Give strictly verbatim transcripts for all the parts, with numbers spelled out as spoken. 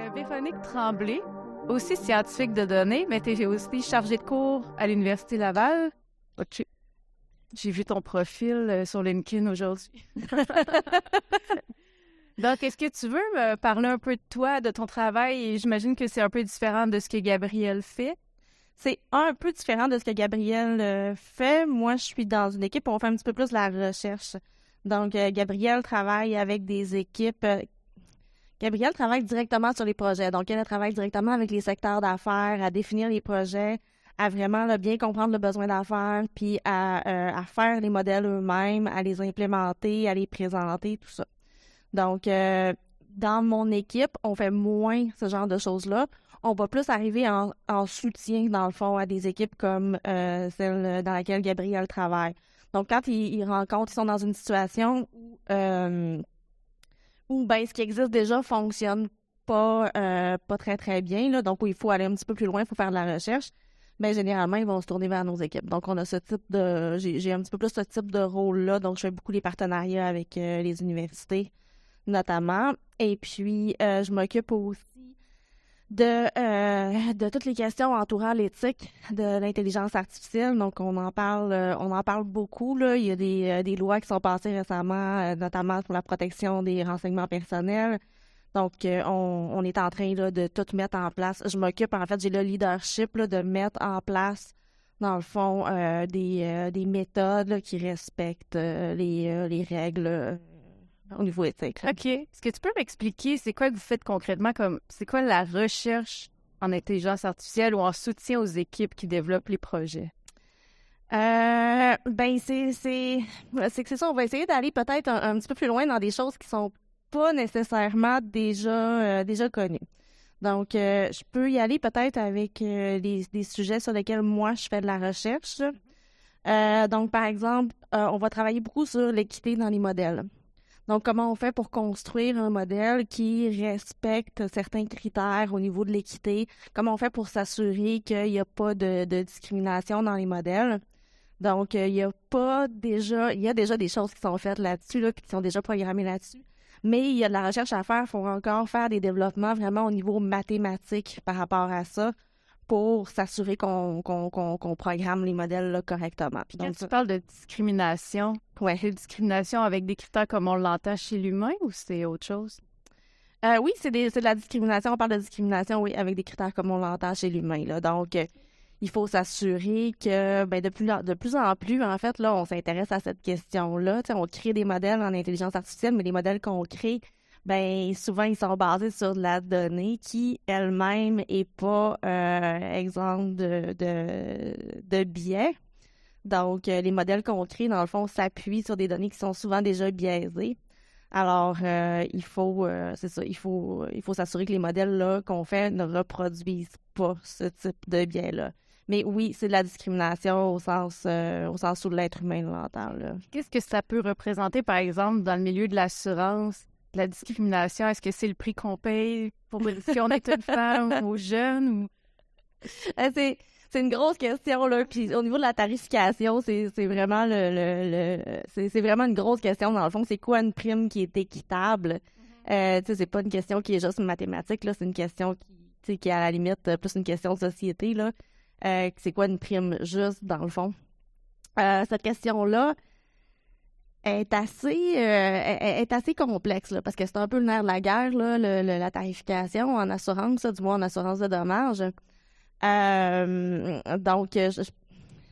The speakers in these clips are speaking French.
Véronique Tremblay, aussi scientifique de données, mais tu es aussi chargée de cours à l'Université Laval. Okay. J'ai vu ton profil euh, sur LinkedIn aujourd'hui. Donc, est-ce que tu veux me parler un peu de toi, de ton travail? Et j'imagine que c'est un peu différent de ce que Gabrielle fait. C'est un peu différent de ce que Gabrielle euh, fait. Moi, je suis dans une équipe où on fait un petit peu plus de la recherche. Donc, euh, Gabrielle travaille avec des équipes... Euh, Gabrielle travaille directement sur les projets. Donc, elle travaille directement avec les secteurs d'affaires, à définir les projets, à vraiment là, bien comprendre le besoin d'affaires, puis à, euh, à faire les modèles eux-mêmes, à les implémenter, à les présenter, tout ça. Donc, euh, dans mon équipe, on fait moins ce genre de choses-là. On va plus arriver en, en soutien, dans le fond, à des équipes comme euh, celle dans laquelle Gabrielle travaille. Donc, quand ils, ils rencontrent, ils sont dans une situation où, euh, où ben, ce qui existe déjà fonctionne pas, euh, pas très, très bien, là, donc où il faut aller un petit peu plus loin, il faut faire de la recherche, bien, généralement, ils vont se tourner vers nos équipes. Donc, on a ce type de... J'ai, j'ai un petit peu plus ce type de rôle-là, donc je fais beaucoup les partenariats avec euh, les universités, notamment. Et puis, euh, je m'occupe aussi de, euh, de toutes les questions entourant l'éthique de l'intelligence artificielle. Donc, on en parle euh, on en parle beaucoup, là. Il y a des, euh, des lois qui sont passées récemment, euh, notamment pour la protection des renseignements personnels. Donc, euh, on, on est en train là, de tout mettre en place. Je m'occupe, en fait, j'ai le leadership là, de mettre en place, dans le fond, euh, des, euh, des méthodes là, qui respectent euh, les, euh, les règles euh, au niveau éthique. Là. OK. Est-ce que tu peux m'expliquer c'est quoi que vous faites concrètement, comme c'est quoi la recherche en intelligence artificielle ou en soutien aux équipes qui développent les projets? Euh, ben, c'est, c'est, c'est que c'est ça, on va essayer d'aller peut-être un, un petit peu plus loin dans des choses qui sont pas nécessairement déjà, euh, déjà connues. Donc, euh, je peux y aller peut-être avec euh, des, des sujets sur lesquels moi, je fais de la recherche. Euh, donc, par exemple, euh, on va travailler beaucoup sur l'équité dans les modèles. Donc, comment on fait pour construire un modèle qui respecte certains critères au niveau de l'équité? Comment on fait pour s'assurer qu'il n'y a pas de, de discrimination dans les modèles? Donc, euh, il y a pas déjà... Il y a déjà des choses qui sont faites là-dessus, là, puis qui sont déjà programmées là-dessus. Mais il y a de la recherche à faire. Il faut encore faire des développements vraiment au niveau mathématique par rapport à ça pour s'assurer qu'on, qu'on, qu'on, qu'on programme les modèles là, correctement. Puis quand Donc, tu parles de discrimination, ouais. C'est discrimination avec des critères comme on l'entend chez l'humain ou c'est autre chose? Euh, oui, c'est, des, c'est de la discrimination. On parle de discrimination, oui, avec des critères comme on l'entend chez l'humain. Là. Donc, euh, il faut s'assurer que ben, de, plus, de plus en plus, en fait, là, on s'intéresse à cette question-là. T'sais, on crée des modèles en intelligence artificielle, mais les modèles qu'on crée, ben souvent, ils sont basés sur de la donnée qui, elle-même, est pas euh, exempte de, de, de biais. Donc, euh, les modèles qu'on crée, dans le fond, s'appuient sur des données qui sont souvent déjà biaisées. Alors, euh, il faut, euh, c'est ça, il faut, il faut s'assurer que les modèles-là qu'on fait ne reproduisent pas ce type de biais-là. Mais oui, c'est de la discrimination au sens, euh, au sens où l'être humain l'entend, là. Qu'est-ce que ça peut représenter, par exemple, dans le milieu de l'assurance? La discrimination, est-ce que c'est le prix qu'on paye pour si on est une femme ou jeune? Ou... c'est, c'est une grosse question, là. Puis au niveau de la tarification, c'est, c'est vraiment le, le, le c'est, c'est vraiment une grosse question. Dans le fond, c'est quoi une prime qui est équitable? Mm-hmm. Euh, tu sais, c'est pas une question qui est juste mathématique, là. C'est une question qui, tu sais, qui est à la limite plus une question de société, là. Euh, c'est quoi une prime juste, dans le fond? Euh, cette question-là est assez euh, est, est assez complexe là, parce que c'est un peu le nerf de la guerre là, le, le, la tarification en assurance, là, du moins en assurance de dommages. Euh, donc, je, je,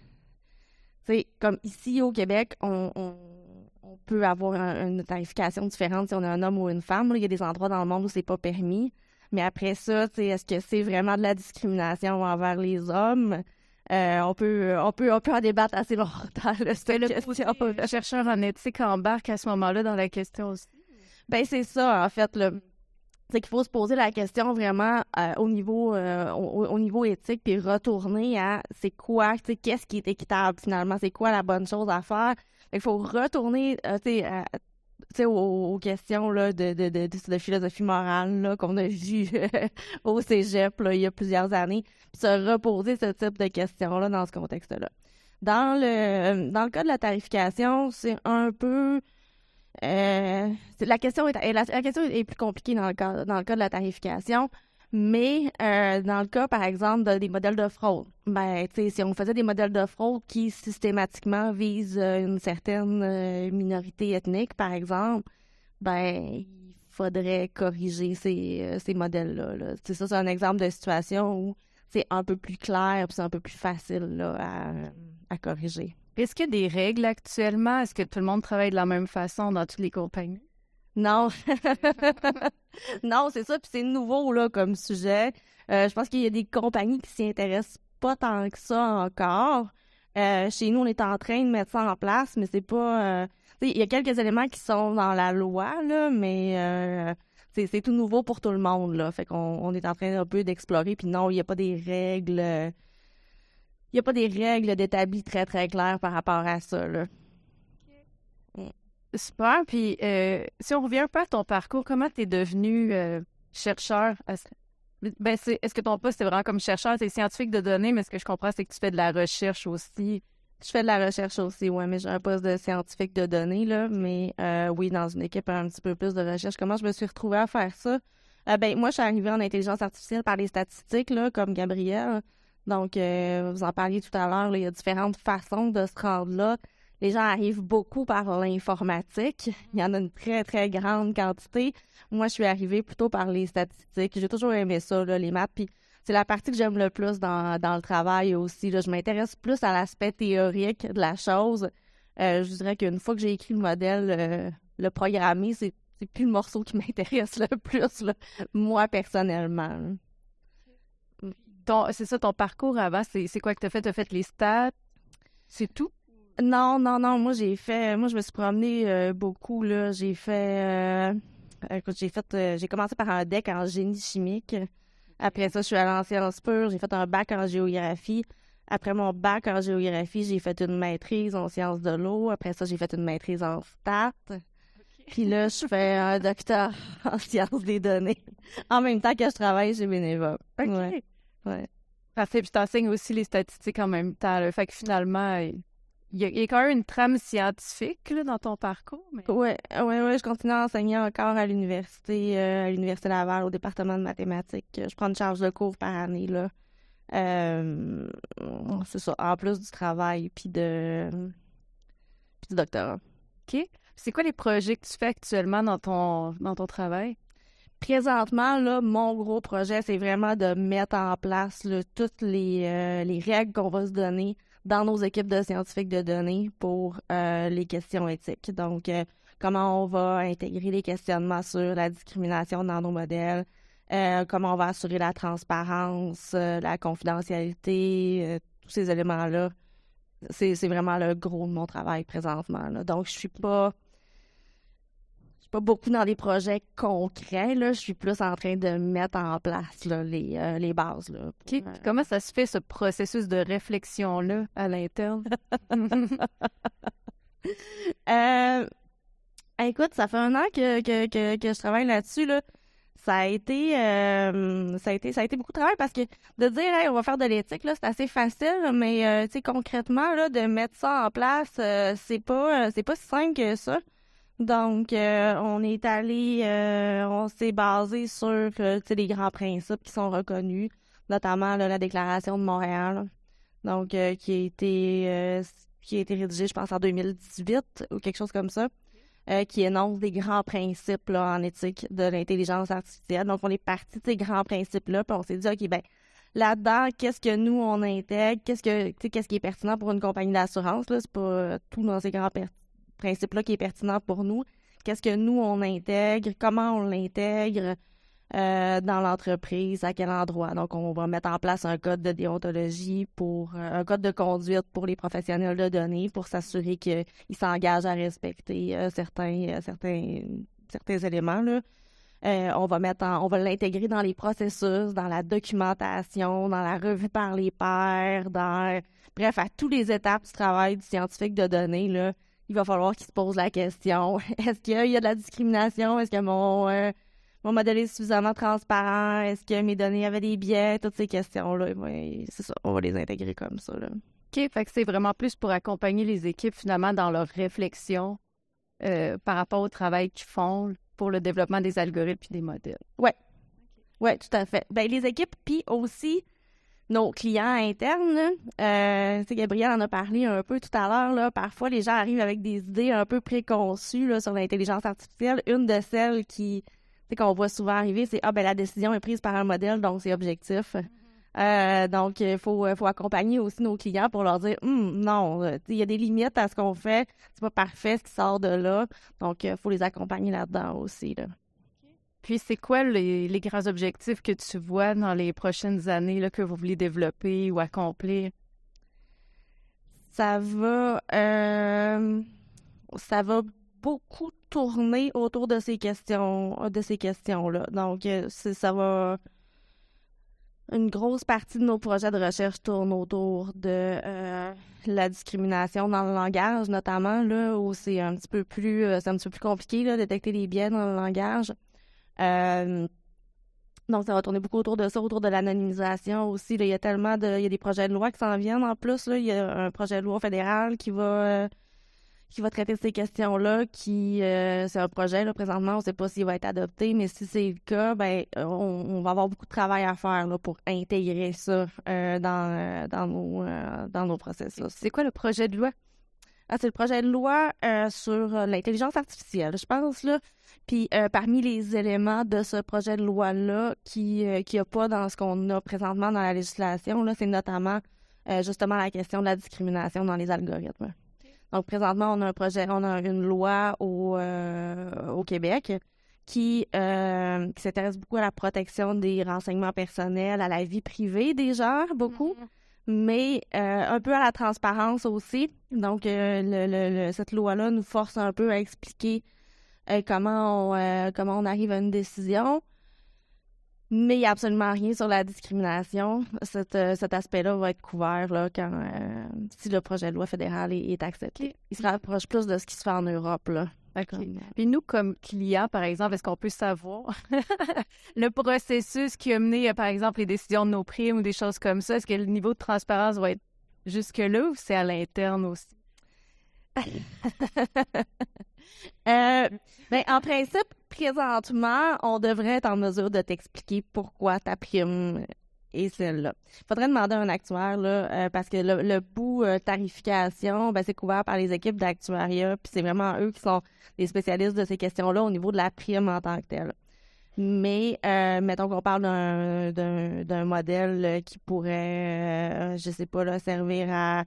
c'est comme ici au Québec, on, on, on peut avoir un, une tarification différente si on est un homme ou une femme. Là. Il y a des endroits dans le monde où c'est pas permis. Mais après ça, est-ce que c'est vraiment de la discrimination envers les hommes? Euh, on peut on peut on peut en débattre assez longtemps là, cette le question. Le chercheur en éthique embarque à ce moment-là dans la question aussi. Ben c'est ça en fait là. C'est qu'il faut se poser la question vraiment euh, au niveau euh, au, au niveau éthique puis retourner à c'est quoi, tu sais, qu'est-ce qui est équitable finalement, c'est quoi la bonne chose à faire. Il faut retourner euh, tu sais euh, tu sais, aux, aux questions là, de, de, de, de philosophie morale là, qu'on a vu au cégep là, il y a plusieurs années, puis se reposer ce type de questions-là dans ce contexte-là. Dans le dans le cas de la tarification, c'est un peu... Euh, c'est, la, question est, la, la question est plus compliquée dans le cas, dans le cas de la tarification Mais euh, dans le cas, par exemple, de- des modèles de fraude, ben, tu sais, si on faisait des modèles de fraude qui systématiquement visent euh, une certaine euh, minorité ethnique, par exemple, ben, il faudrait corriger ces, euh, ces modèles-là. Là. Tu sais, ça, c'est un exemple de situation où c'est un peu plus clair puis c'est un peu plus facile là, à, à corriger. Est-ce qu'il y a des règles actuellement? Est-ce que tout le monde travaille de la même façon dans toutes les compagnies? Non, non, c'est ça, puis c'est nouveau là comme sujet. Euh, je pense qu'il y a des compagnies qui s'y intéressent pas tant que ça encore. Euh, chez nous, on est en train de mettre ça en place, mais c'est pas. euh, tu sais, il y a quelques éléments qui sont dans la loi là, mais euh, c'est c'est tout nouveau pour tout le monde là. Fait qu'on on est en train un peu d'explorer. Puis non, il y a pas des règles. euh, Il y a pas des règles d'établi très très claires par rapport à ça là. Super. Puis, euh, si on revient un peu à ton parcours, comment tu es devenu euh, chercheur? à ce- Ben, c'est, est-ce que ton poste, c'est vraiment comme chercheur? Tu es scientifique de données, mais ce que je comprends, c'est que tu fais de la recherche aussi. Je fais de la recherche aussi, ouais, mais j'ai un poste de scientifique de données, là, mais euh, oui, dans une équipe un petit peu plus de recherche. Comment je me suis retrouvée à faire ça? Euh, ben, moi, je suis arrivée en intelligence artificielle par les statistiques, là, comme Gabrielle. Donc, euh, vous en parliez tout à l'heure, là, il y a différentes façons de se rendre là. Les gens arrivent beaucoup par l'informatique. Il y en a une très, très grande quantité. Moi, je suis arrivée plutôt par les statistiques. J'ai toujours aimé ça, là, les maths. Puis c'est la partie que j'aime le plus dans, dans le travail aussi. Là. Je m'intéresse plus à l'aspect théorique de la chose. Euh, je dirais qu'une fois que j'ai écrit le modèle, euh, le programmer, c'est, c'est plus le morceau qui m'intéresse le plus, là, moi, personnellement. Ton, c'est ça, ton parcours avant, c'est, c'est quoi que tu as fait? Tu as fait les stats? C'est tout? Non, non, non. Moi, j'ai fait. Moi, je me suis promenée euh, beaucoup, là. J'ai fait. euh, écoute, j'ai fait. euh, j'ai commencé par un deck en génie chimique. Après ça, je suis allée en sciences pures. J'ai fait un bac en géographie. Après mon bac en géographie, j'ai fait une maîtrise en sciences de l'eau. Après ça, j'ai fait une maîtrise en stats. Puis là, je fais un doctorat en sciences des données. En même temps que je travaille chez Beneva. OK. Ouais. Ouais. Parfait. Puis tu enseignes aussi les statistiques en même temps. Là. Fait que finalement, il y, a, il y a quand même une trame scientifique là, dans ton parcours. Mais... Ouais, ouais, ouais, je continue à enseigner encore à l'université, euh, à l'université Laval, au département de mathématiques. Je prends une charge de cours par année, là. Euh, c'est ça, en plus du travail, puis de, puis du doctorat. OK. C'est quoi les projets que tu fais actuellement dans ton, dans ton travail? Présentement, là, mon gros projet, c'est vraiment de mettre en place là, toutes les, euh, les règles qu'on va se donner dans nos équipes de scientifiques de données pour euh, les questions éthiques. Donc, euh, comment on va intégrer les questionnements sur la discrimination dans nos modèles, euh, comment on va assurer la transparence, euh, la confidentialité, euh, tous ces éléments-là. C'est, c'est vraiment le gros de mon travail présentement, là. Donc, je suis pas... Je suis pas beaucoup dans des projets concrets, là. Je suis plus en train de mettre en place là, les, euh, les bases. Là, pour, OK. euh, Comment ça se fait, ce processus de réflexion-là à l'interne? Euh, écoute, ça fait un an que, que, que, que je travaille là-dessus, là. Ça a été, euh, ça a été, ça a été beaucoup de travail parce que de dire, hey, on va faire de l'éthique, là, c'est assez facile, mais, euh, tu sais, concrètement, là, de mettre ça en place, euh, c'est pas, euh, c'est pas si simple que ça. Donc, euh, on est allé, euh, on s'est basé sur, euh, tu sais, les grands principes qui sont reconnus, notamment, là, la Déclaration de Montréal, donc, euh, qui a été, euh, qui a été rédigée, je pense, en deux mille dix-huit ou quelque chose comme ça. Euh, qui énonce des grands principes là, en éthique de l'intelligence artificielle. Donc, on est parti de ces grands principes-là, puis on s'est dit, OK, ben là-dedans, qu'est-ce que nous, on intègre? Qu'est-ce que, tu sais, qu'est-ce qui est pertinent pour une compagnie d'assurance? Là? C'est pas euh, tout dans ces grands per- principes-là qui est pertinent pour nous. Qu'est-ce que nous, on intègre? Comment on l'intègre euh, dans l'entreprise? À quel endroit? Donc, on va mettre en place un code de déontologie pour euh, un code de conduite pour les professionnels de données pour s'assurer qu'ils s'engagent à respecter euh, certains, euh, certains, certains éléments, là. Euh, on va mettre en- on va l'intégrer dans les processus, dans la documentation, dans la revue par les pairs, dans bref, à toutes les étapes du travail du scientifique de données, là, il va falloir qu'il se pose la question. Est-ce qu'il y a de la discrimination? Est-ce que mon euh, mon modèle est suffisamment transparent? Est-ce que mes données avaient des biais? Toutes ces questions-là, ouais, c'est ça, on va les intégrer comme ça, là. OK, fait que c'est vraiment plus pour accompagner les équipes finalement dans leur réflexion euh, par rapport au travail qu'ils font pour le développement des algorithmes et des modèles. Ouais. Oui, tout à fait. Ben, les équipes, puis aussi nos clients internes, là, euh, tu sais, Gabrielle en a parlé un peu tout à l'heure, là, parfois les gens arrivent avec des idées un peu préconçues là, sur l'intelligence artificielle. Une de celles qui, tu sais, qu'on voit souvent arriver, c'est « Ah, ben la décision est prise par un modèle, donc c'est objectif. Mm-hmm. » Euh, donc, il faut, faut accompagner aussi nos clients pour leur dire hm, « Non, il y a des limites à ce qu'on fait, c'est pas parfait ce qui sort de là. » Donc, il faut les accompagner là-dedans aussi, là. Puis, c'est quoi les, les grands objectifs que tu vois dans les prochaines années là, que vous voulez développer ou accomplir? Ça va, euh, ça va beaucoup tourner autour de ces questions, de ces questions-là. Donc, c'est, ça va... Une grosse partie de nos projets de recherche tourne autour de euh, la discrimination dans le langage, notamment, là, où c'est un petit peu plus, euh, c'est un petit peu plus compliqué, là, détecter les biais dans le langage. Euh, donc, ça va tourner beaucoup autour de ça, autour de l'anonymisation aussi. Là, il y a tellement de... Il y a des projets de loi qui s'en viennent en plus. Là. Il y a un projet de loi fédéral qui va euh, qui va traiter ces questions-là, qui euh, c'est un projet, là, présentement, on ne sait pas s'il va être adopté, mais si c'est le cas, ben on, on va avoir beaucoup de travail à faire là, pour intégrer ça euh, dans, euh, dans, nos, euh, dans nos processus. C'est quoi le projet de loi? Ah, c'est le projet de loi euh, sur euh, l'intelligence artificielle, je pense, là. Puis, euh, parmi les éléments de ce projet de loi-là qui euh, qui a pas dans ce qu'on a présentement dans la législation, là, c'est notamment, euh, justement, la question de la discrimination dans les algorithmes. Okay. Donc, présentement, on a un projet, on a une loi au, euh, au Québec qui, euh, qui s'intéresse beaucoup à la protection des renseignements personnels, à la vie privée des gens, beaucoup. Mm-hmm. Mais euh, un peu à la transparence aussi. Donc, euh, le, le, le, cette loi-là nous force un peu à expliquer euh, comment, on, euh, comment on arrive à une décision. Mais il n'y a absolument rien sur la discrimination. Cet, euh, cet aspect-là va être couvert là, quand, euh, si le projet de loi fédéral est, est accepté. Okay. Il se rapproche plus de ce qui se fait en Europe, là. Okay. Puis nous, comme clients, par exemple, est-ce qu'on peut savoir le processus qui a mené, par exemple, les décisions de nos primes ou des choses comme ça? Est-ce que le niveau de transparence va être jusque-là ou c'est à l'interne aussi? euh, ben, en principe, présentement, on devrait être en mesure de t'expliquer pourquoi ta prime est celle-là. Il faudrait demander à un actuaire, là, euh, parce que le, le bout euh, tarification, ben, c'est couvert par les équipes d'actuariat, puis c'est vraiment eux qui sont les spécialistes de ces questions-là au niveau de la prime en tant que telle. Mais, euh, mettons qu'on parle d'un, d'un, d'un modèle qui pourrait, euh, je sais pas, là, servir à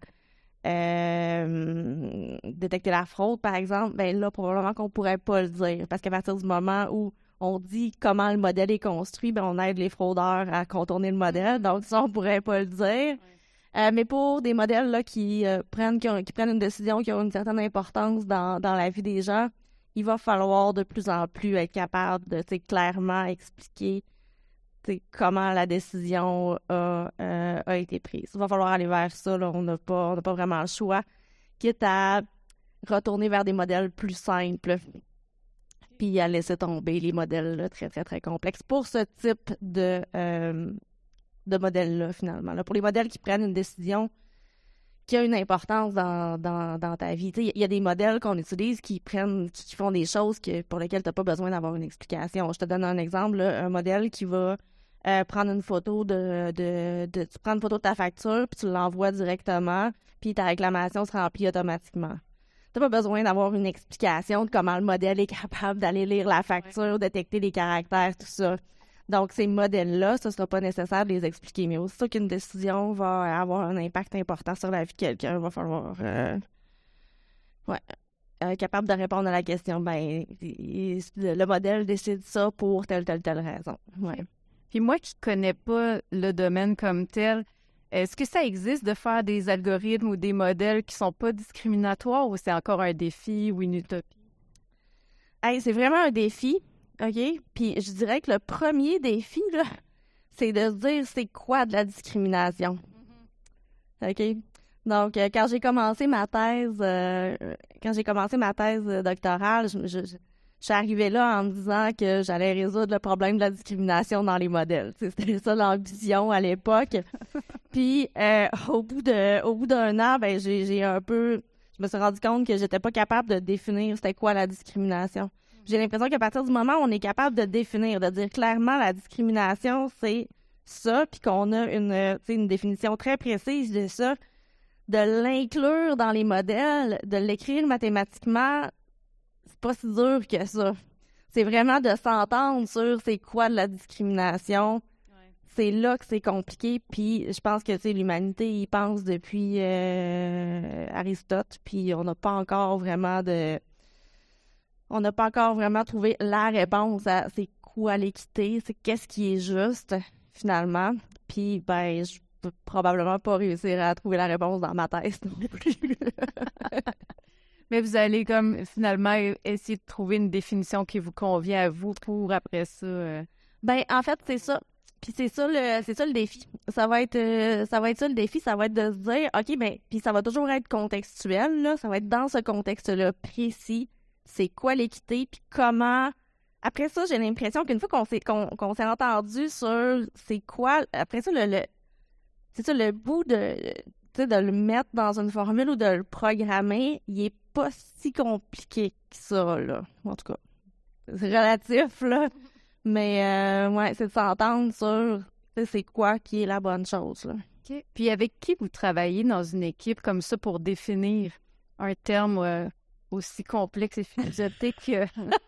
euh, détecter la fraude, par exemple, ben là, probablement qu'on pourrait pas le dire, parce qu'à partir du moment où on dit comment le modèle est construit, ben on aide les fraudeurs à contourner le modèle. Donc, ça, on pourrait pas le dire. Ouais. Euh, mais pour des modèles là, qui, euh, prennent, qui, ont, qui prennent une décision qui a une certaine importance dans, dans la vie des gens, il va falloir de plus en plus être capable de clairement expliquer comment la décision a, euh, a été prise. Il va falloir aller vers ça. Là. On n'a pas, on n'a pas vraiment le choix, quitte à retourner vers des modèles plus simples, puis à laisser tomber les modèles là, très, très, très complexes pour ce type de, euh, de modèle-là, finalement. Là, pour les modèles qui prennent une décision qui a une importance dans, dans, dans ta vie. Il y a des modèles qu'on utilise qui prennent, qui, qui font des choses que, pour lesquelles tu n'as pas besoin d'avoir une explication. Je te donne un exemple, là, un modèle qui va euh, prendre une photo de, de, de... Tu prends une photo de ta facture, puis tu l'envoies directement, puis ta réclamation se remplit automatiquement. Tu n'as pas besoin d'avoir une explication de comment le modèle est capable d'aller lire la facture, détecter les caractères, tout ça. Donc, ces modèles-là, ce ne sera pas nécessaire de les expliquer. Mais aussitôt qu'une décision va avoir un impact important sur la vie de quelqu'un, il va falloir euh, ouais, être capable de répondre à la question, ben, le modèle décide ça pour telle, telle, telle raison. Ouais. Puis moi qui ne connais pas le domaine comme tel, est-ce que ça existe de faire des algorithmes ou des modèles qui ne sont pas discriminatoires ou c'est encore un défi ou une utopie? Hey, c'est vraiment un défi. OK? Puis je dirais que le premier défi, là, c'est de se dire c'est quoi de la discrimination. Mm-hmm. OK? Donc, euh, quand j'ai commencé ma thèse, euh, quand j'ai commencé ma thèse doctorale, je, je, je suis arrivée là en me disant que j'allais résoudre le problème de la discrimination dans les modèles. T'sais, c'était ça l'ambition à l'époque. Puis, euh, au bout de, au bout d'un an, ben, j'ai, j'ai un peu, je me suis rendu compte que j'étais pas capable de définir c'était quoi la discrimination. J'ai l'impression qu'à partir du moment où on est capable de définir, de dire clairement la discrimination, c'est ça, puis qu'on a une, euh, tu sais, une définition très précise de ça, de l'inclure dans les modèles, de l'écrire mathématiquement, c'est pas si dur que ça. C'est vraiment de s'entendre sur c'est quoi de la discrimination. Ouais. C'est là que c'est compliqué, puis je pense que, tu sais, l'humanité y pense depuis euh, Aristote, puis on n'a pas encore vraiment de... On n'a pas encore vraiment trouvé la réponse à c'est quoi l'équité, c'est qu'est-ce qui est juste, finalement. Puis, ben, je peux probablement pas réussir à trouver la réponse dans ma thèse non plus. Mais vous allez comme finalement essayer de trouver une définition qui vous convient à vous pour après ça. Euh... Ben en fait c'est ça. Puis c'est ça le c'est ça le défi. Ça va être euh, ça va être ça le défi, ça va être de se dire OK ben puis ça va toujours être contextuel là, ça va être dans ce contexte-là précis, c'est quoi l'équité puis comment. Après ça, j'ai l'impression qu'une fois qu'on s'est qu'on, qu'on s'est entendu sur c'est quoi après ça le, le c'est ça le bout de tu sais de le mettre dans une formule ou de le programmer, il est pas si compliqué que ça, là. En tout cas, c'est relatif, là. Mais, euh, ouais, c'est de s'entendre sur c'est quoi qui est la bonne chose, là. OK. Puis avec qui vous travaillez dans une équipe comme ça pour définir un terme euh, aussi complexe et philosophique que...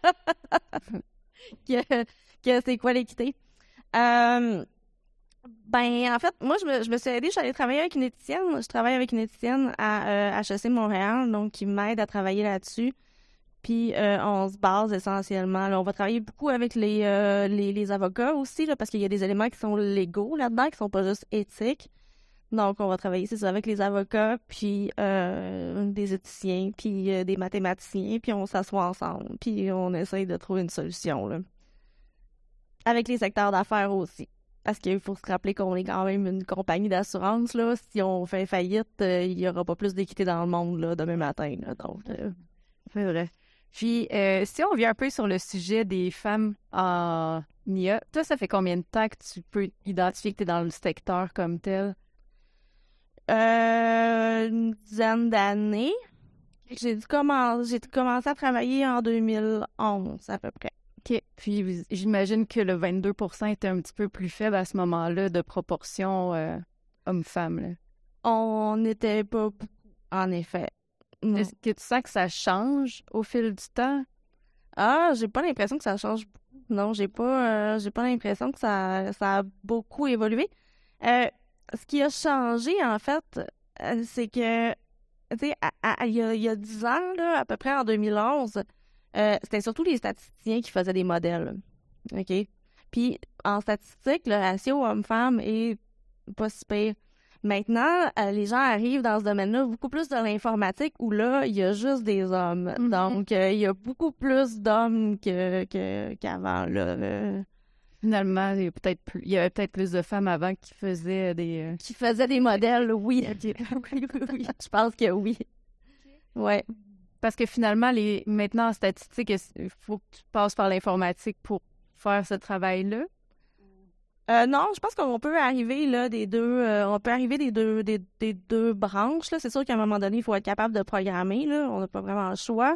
que, que c'est quoi l'équité? Euh... Ben, en fait, moi, je me, je me suis aidée, je suis allée travailler avec une éthicienne. Je travaille avec une éthicienne à euh, H E C Montréal, donc qui m'aide à travailler là-dessus. Puis, euh, on se base essentiellement. Là, on va travailler beaucoup avec les, euh, les, les avocats aussi, là, parce qu'il y a des éléments qui sont légaux là-dedans, qui sont pas juste éthiques. Donc, on va travailler, c'est ça, avec les avocats, puis euh, des éthiciens, puis euh, des mathématiciens, puis on s'assoit ensemble, puis on essaye de trouver une solution, là. Avec les secteurs d'affaires aussi. Parce qu'il faut se rappeler qu'on est quand même une compagnie d'assurance, là. Si on fait faillite, euh, il n'y aura pas plus d'équité dans le monde, là, demain matin, là. Donc, euh... c'est vrai. Puis, euh, si on vient un peu sur le sujet des femmes en I A, toi, ça fait combien de temps que tu peux identifier que tu es dans le secteur comme tel? Euh, une dizaine d'années. J'ai dû commencer, j'ai commencé à travailler en deux mille onze, à peu près. OK. Puis, j'imagine que le vingt-deux pour cent était un petit peu plus faible à ce moment-là de proportion euh, homme-femme, là. On n'était pas beaucoup, en effet. Non. Est-ce que tu sens que ça change au fil du temps? Ah, j'ai pas l'impression que ça change beaucoup. Non, j'ai pas, euh, j'ai pas l'impression que ça, ça a beaucoup évolué. Euh, ce qui a changé, en fait, euh, c'est que, tu sais, il y a, y a dix ans, là, à peu près en deux mille onze, euh, c'était surtout les statisticiens qui faisaient des modèles. OK? Puis, en statistique, le ratio homme-femme est pas si pire. Maintenant, euh, les gens arrivent dans ce domaine-là beaucoup plus de l'informatique où là, il y a juste des hommes. Mm-hmm. Donc, euh, il y a beaucoup plus d'hommes que, que, qu'avant, là. Euh... Finalement, il y, a peut-être plus, il y avait peut-être plus de femmes avant qui faisaient des... Euh... Qui faisaient des modèles, oui. Okay. oui, oui, oui. Je pense que oui. Okay. Ouais. Parce que finalement, les maintenant, en statistique, il faut que tu passes par l'informatique pour faire ce travail-là. Euh, non, je pense qu'on peut arriver là des deux, euh, on peut arriver des deux, des, des deux branches là. C'est sûr qu'à un moment donné, il faut être capable de programmer là. On n'a pas vraiment le choix.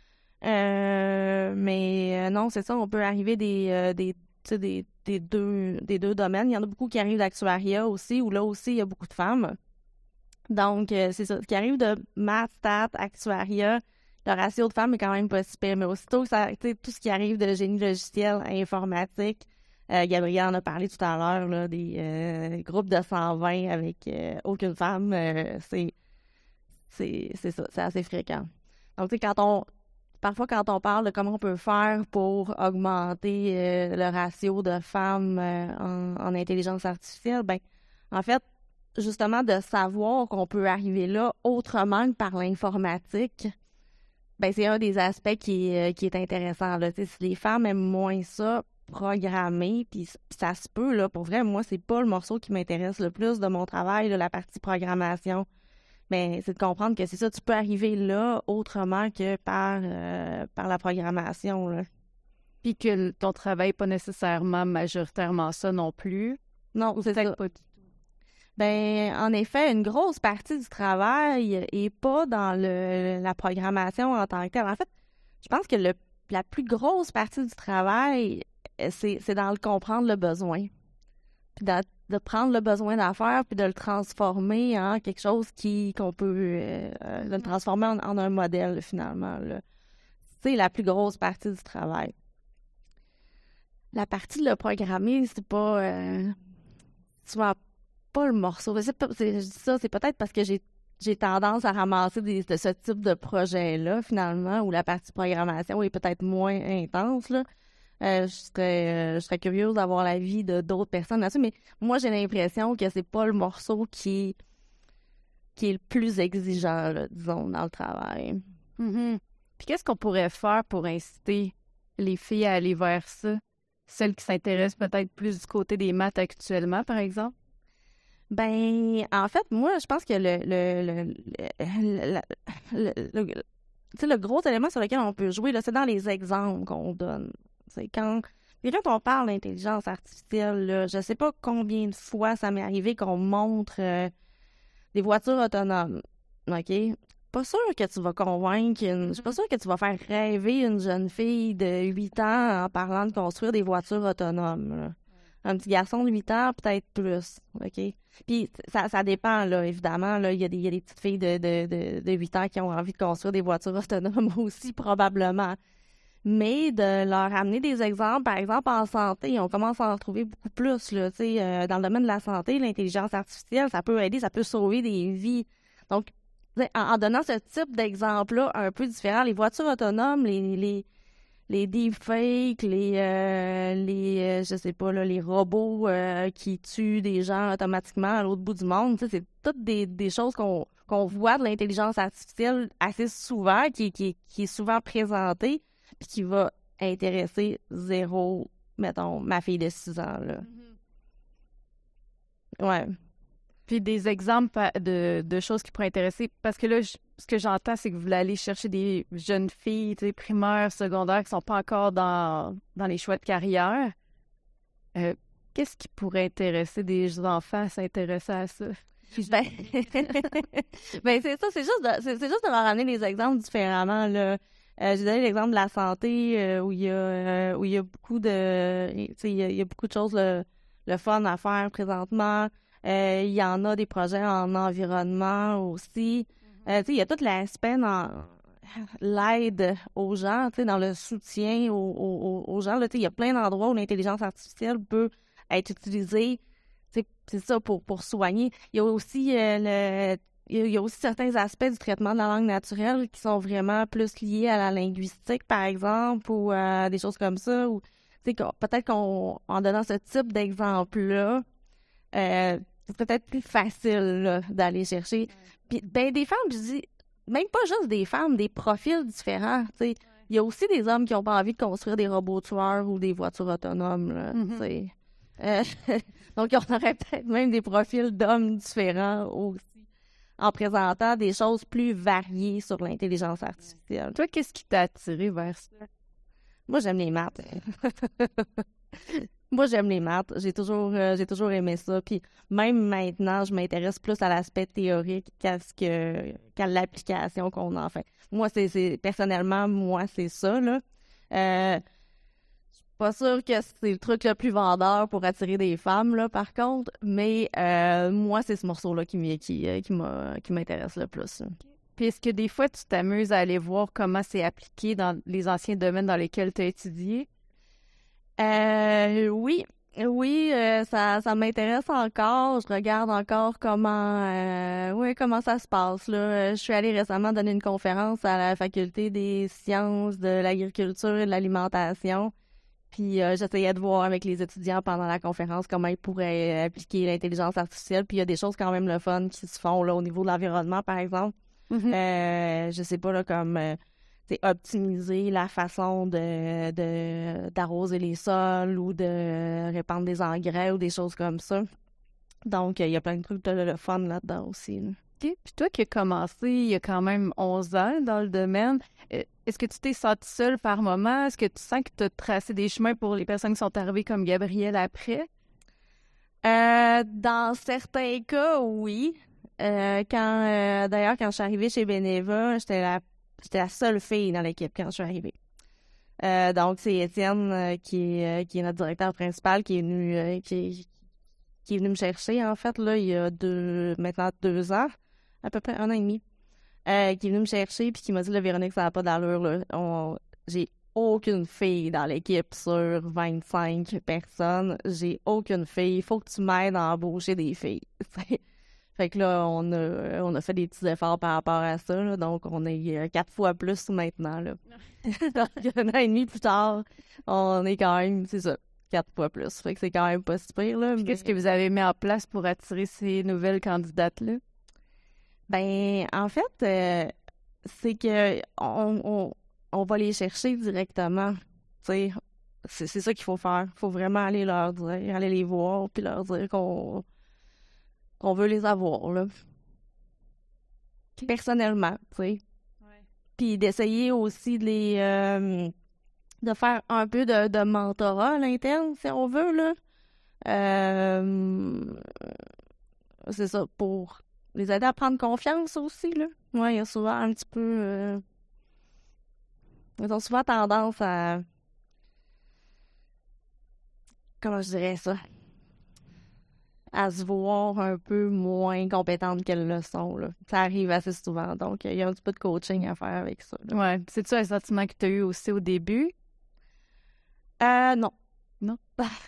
Euh, mais euh, non, c'est ça. On peut arriver des, euh, des, des, des deux, des deux domaines. Il y en a beaucoup qui arrivent d'actuariat aussi, où là aussi il y a beaucoup de femmes. Donc euh, c'est ça. Ce qui arrive de maths, stats, actuariat, le ratio de femmes est quand même pas si pire. Mais aussitôt que ça, tu sais, tout ce qui arrive de génie logiciel, informatique. Euh, Gabrielle en a parlé tout à l'heure, là, des euh, groupes de cent vingt avec euh, aucune femme, euh, c'est, c'est, c'est ça, c'est assez fréquent. Donc, tu sais, quand on, parfois, quand on parle de comment on peut faire pour augmenter euh, le ratio de femmes euh, en, en intelligence artificielle, ben, en fait, justement, de savoir qu'on peut arriver là autrement que par l'informatique, ben, c'est un des aspects qui est, qui est intéressant, là. Tu sais, si les femmes aiment moins ça, programmer, puis ça se peut, là, pour vrai, moi, c'est pas le morceau qui m'intéresse le plus de mon travail, là, la partie programmation, mais c'est de comprendre que c'est ça, tu peux arriver là autrement que par, euh, par la programmation, là. Puis que ton travail n'est pas nécessairement majoritairement ça non plus. Non, c'est ça. Pas du tout. Ben, en effet, une grosse partie du travail est pas dans le, la programmation en tant que telle. En fait, je pense que le la plus grosse partie du travail, c'est, c'est dans le comprendre le besoin. Puis de, de prendre le besoin d'affaires, puis de le transformer en quelque chose qui qu'on peut... Euh, de le transformer en, en un modèle, finalement, là. C'est la plus grosse partie du travail. La partie de le programmer, c'est pas... Euh, souvent pas le morceau. C'est, c'est, je dis ça, c'est peut-être parce que j'ai j'ai tendance à ramasser des, de ce type de projet-là, finalement, où la partie programmation est peut-être moins intense, là. Euh, je serais, euh, je serais curieuse d'avoir l'avis de d'autres personnes là-dessus, mais moi, j'ai l'impression que c'est pas le morceau qui, qui est le plus exigeant, là, disons, dans le travail. Mm-hmm. Puis qu'est-ce qu'on pourrait faire pour inciter les filles à aller vers ça? Celles qui s'intéressent peut-être plus du côté des maths actuellement, par exemple? Ben, en fait, moi, je pense que le le le le, le, le, le, tu sais, le gros élément sur lequel on peut jouer, là, c'est dans les exemples qu'on donne. C'est quand, puis quand on parle d'intelligence artificielle, là, je sais pas combien de fois ça m'est arrivé qu'on montre euh, des voitures autonomes, OK? Pas sûr que tu vas convaincre, une, je suis pas sûre que tu vas faire rêver une jeune fille de huit ans en parlant de construire des voitures autonomes, là. Un petit garçon de huit ans, peut-être plus, OK? Puis ça, ça dépend, là, évidemment. Là, il y a des, il y a des petites filles de, de, de, de huit ans qui ont envie de construire des voitures autonomes aussi, probablement. Mais de leur amener des exemples, par exemple, en santé, on commence à en trouver beaucoup plus, là, tu sais, euh, dans le domaine de la santé, l'intelligence artificielle, ça peut aider, ça peut sauver des vies. Donc, en, en donnant ce type d'exemple-là un peu différent, les voitures autonomes, les... les les deepfakes, les, euh, les euh, je sais pas, là, les robots euh, qui tuent des gens automatiquement à l'autre bout du monde, tu sais, c'est toutes des, des choses qu'on qu'on voit de l'intelligence artificielle assez souvent, qui, qui, qui est souvent présentée, puis qui va intéresser zéro, mettons, ma fille de six ans, là. Mm-hmm. Ouais. Puis des exemples de, de choses qui pourraient intéresser, parce que là, je, ce que j'entends, c'est que vous voulez aller chercher des jeunes filles, tu sais, primaires, secondaires, qui sont pas encore dans, dans les choix de carrière. Euh, qu'est-ce qui pourrait intéresser des enfants à s'intéresser à ça? Ben, ben c'est ça, c'est juste, de, c'est, c'est juste de leur amener des exemples différemment, là. Euh, j'ai donné l'exemple de la santé, euh, où il y a euh, où il y a beaucoup de, tu sais, il y a, il y a beaucoup de choses le, le fun à faire présentement. Euh, il y en a des projets en environnement aussi. Mm-hmm. Euh, tu sais, il y a tout l'aspect dans l'aide aux gens, tu sais, dans le soutien aux, aux, aux gens. Là, tu sais, il y a plein d'endroits où l'intelligence artificielle peut être utilisée. Tu sais, c'est ça pour pour soigner. Il y a aussi euh, le il y a aussi certains aspects du traitement de la langue naturelle qui sont vraiment plus liés à la linguistique, par exemple, ou à des choses comme ça. Ou, tu sais, peut-être qu'en donnant ce type d'exemple-là, euh, c'est peut-être plus facile là, d'aller chercher. Puis, ben, des femmes, je dis, même pas juste des femmes, des profils différents, tu sais. Il y a aussi des hommes qui n'ont pas envie de construire des robots tueurs ou des voitures autonomes, là, mm-hmm. tu sais. Euh, donc, on aurait peut-être même des profils d'hommes différents aussi, en présentant des choses plus variées sur l'intelligence artificielle. Toi, qu'est-ce qui t'a attiré vers ça? Moi, j'aime les maths. Moi, j'aime les maths. J'ai toujours, euh, j'ai toujours aimé ça. Puis même maintenant, je m'intéresse plus à l'aspect théorique qu'à ce que qu'à l'application qu'on en fait. Moi, c'est, c'est personnellement, moi, c'est ça, là. Euh, je suis pas sûre que c'est le truc le plus vendeur pour attirer des femmes, là, par contre. Mais euh, moi, c'est ce morceau-là qui, m'y, qui, qui, m'a, qui m'intéresse le plus. Okay. Puis est-ce que des fois, tu t'amuses à aller voir comment c'est appliqué dans les anciens domaines dans lesquels tu as étudié? Euh, oui, oui, euh, ça, ça m'intéresse encore. Je regarde encore comment, euh, oui, comment ça se passe, là. Je suis allée récemment donner une conférence à la faculté des sciences de l'agriculture et de l'alimentation. Puis euh, j'essayais de voir avec les étudiants pendant la conférence comment ils pourraient appliquer l'intelligence artificielle. Puis il y a des choses quand même le fun qui se font là au niveau de l'environnement, par exemple. Mm-hmm. Euh, je sais pas, là, comme euh, c'est optimiser la façon de, de d'arroser les sols ou de répandre des engrais ou des choses comme ça. Donc, il y a plein de trucs de le fun là-dedans aussi, là. OK. Puis toi qui as commencé il y a quand même onze ans dans le domaine, est-ce que tu t'es sentie seule par moment? Est-ce que tu sens que tu as tracé des chemins pour les personnes qui sont arrivées comme Gabrielle après? Euh, dans certains cas, oui. Euh, quand euh, d'ailleurs, quand je suis arrivée chez Beneva, j'étais la, j'étais la seule fille dans l'équipe quand je suis arrivée. Euh, donc, c'est Étienne euh, qui, est, euh, qui est notre directeur principal qui est venu euh, qui, qui est venu me chercher, en fait, là, il y a deux, maintenant deux ans, à peu près un an et demi, euh, qui est venu me chercher puis qui m'a dit, là, Véronique, ça n'a pas d'allure, là. On, j'ai aucune fille dans l'équipe sur vingt-cinq personnes. J'ai aucune fille. Il faut que tu m'aides à embaucher des filles. Fait que là, on a, on a fait des petits efforts par rapport à ça, là. Donc, on est euh, quatre fois plus maintenant, là. Donc, un an et demi plus tard, on est quand même, c'est ça, quatre fois plus. Fait que c'est quand même pas si pire, là. Puis mais- qu'est-ce que vous avez mis en place pour attirer ces nouvelles candidates-là? Ben, en fait, euh, c'est que on, on, on va les chercher directement. Tu sais, c'est, c'est ça qu'il faut faire. Il faut vraiment aller leur dire, aller les voir, puis leur dire qu'on qu'on veut les avoir, là. Personnellement, tu sais. Puis d'essayer aussi de les... euh, de faire un peu de, de mentorat à l'interne, si on veut, là. Euh, c'est ça, pour les aider à prendre confiance aussi, là. Ouais, il y a souvent un petit peu... euh, ils ont souvent tendance à... Comment je dirais ça? À se voir un peu moins compétentes qu'elles le sont, là. Ça arrive assez souvent, donc il y a un petit peu de coaching à faire avec ça, là. Ouais. C'est-tu un sentiment que tu as eu aussi au début? Euh, non. Non?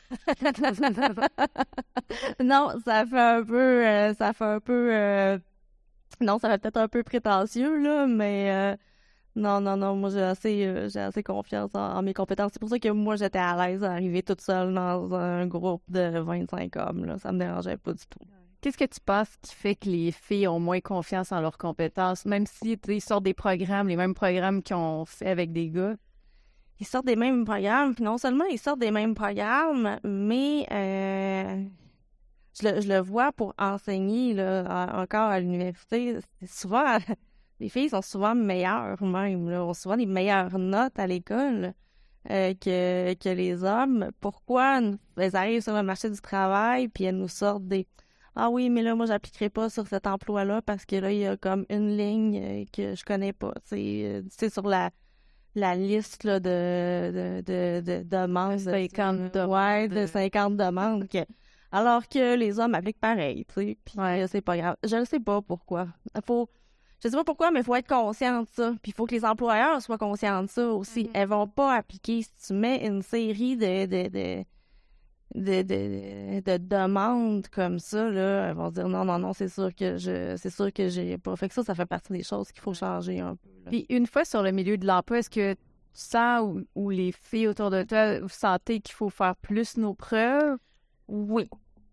Non, ça fait un peu... euh, ça fait un peu... euh, Non, ça fait peut-être un peu prétentieux, là, mais... euh, Non, non, non, moi j'ai assez, euh, j'ai assez confiance en, en mes compétences. C'est pour ça que moi j'étais à l'aise à arriver toute seule dans un groupe de vingt-cinq hommes, là. Ça me dérangeait pas du tout. Qu'est-ce que tu penses qui fait que les filles ont moins confiance en leurs compétences, même si tu sais, ils sortent des programmes, les mêmes programmes qu'ils ont fait avec des gars? Ils sortent des mêmes programmes, puis non seulement ils sortent des mêmes programmes, mais euh, je, le, je le vois pour enseigner là, à- encore à l'université. C'est souvent, les filles sont souvent meilleures même, là, ont souvent des meilleures notes à l'école euh, que, que les hommes. Pourquoi elles arrivent sur le marché du travail, puis elles nous sortent des... Ah oui, mais là, moi, j'appliquerai pas sur cet emploi-là parce que là, il y a comme une ligne euh, que je connais pas. Tu sais, euh, tu sais, sur la, la liste là, de, de, de, de demandes. cinquante de, ouais, de cinquante demandes. que- alors que les hommes appliquent pareil, tu sais. Puis Ouais. euh, c'est pas grave. Je ne sais pas pourquoi. Faut, je sais pas pourquoi, mais il faut être conscient de ça. Puis il faut que les employeurs soient conscients de ça aussi. Mhm. Elles vont pas appliquer. Si tu mets une série de, de, de, de, de, de demandes comme ça, là, elles vont dire non, non, non, c'est sûr que je c'est sûr que j'ai pas. Fait que ça, ça fait partie des choses qu'il faut changer un peu, là. Puis une fois sur le milieu de l'emploi, est-ce que tu sens ou, ou les filles autour de toi, vous sentez qu'il faut faire plus nos preuves? Oui.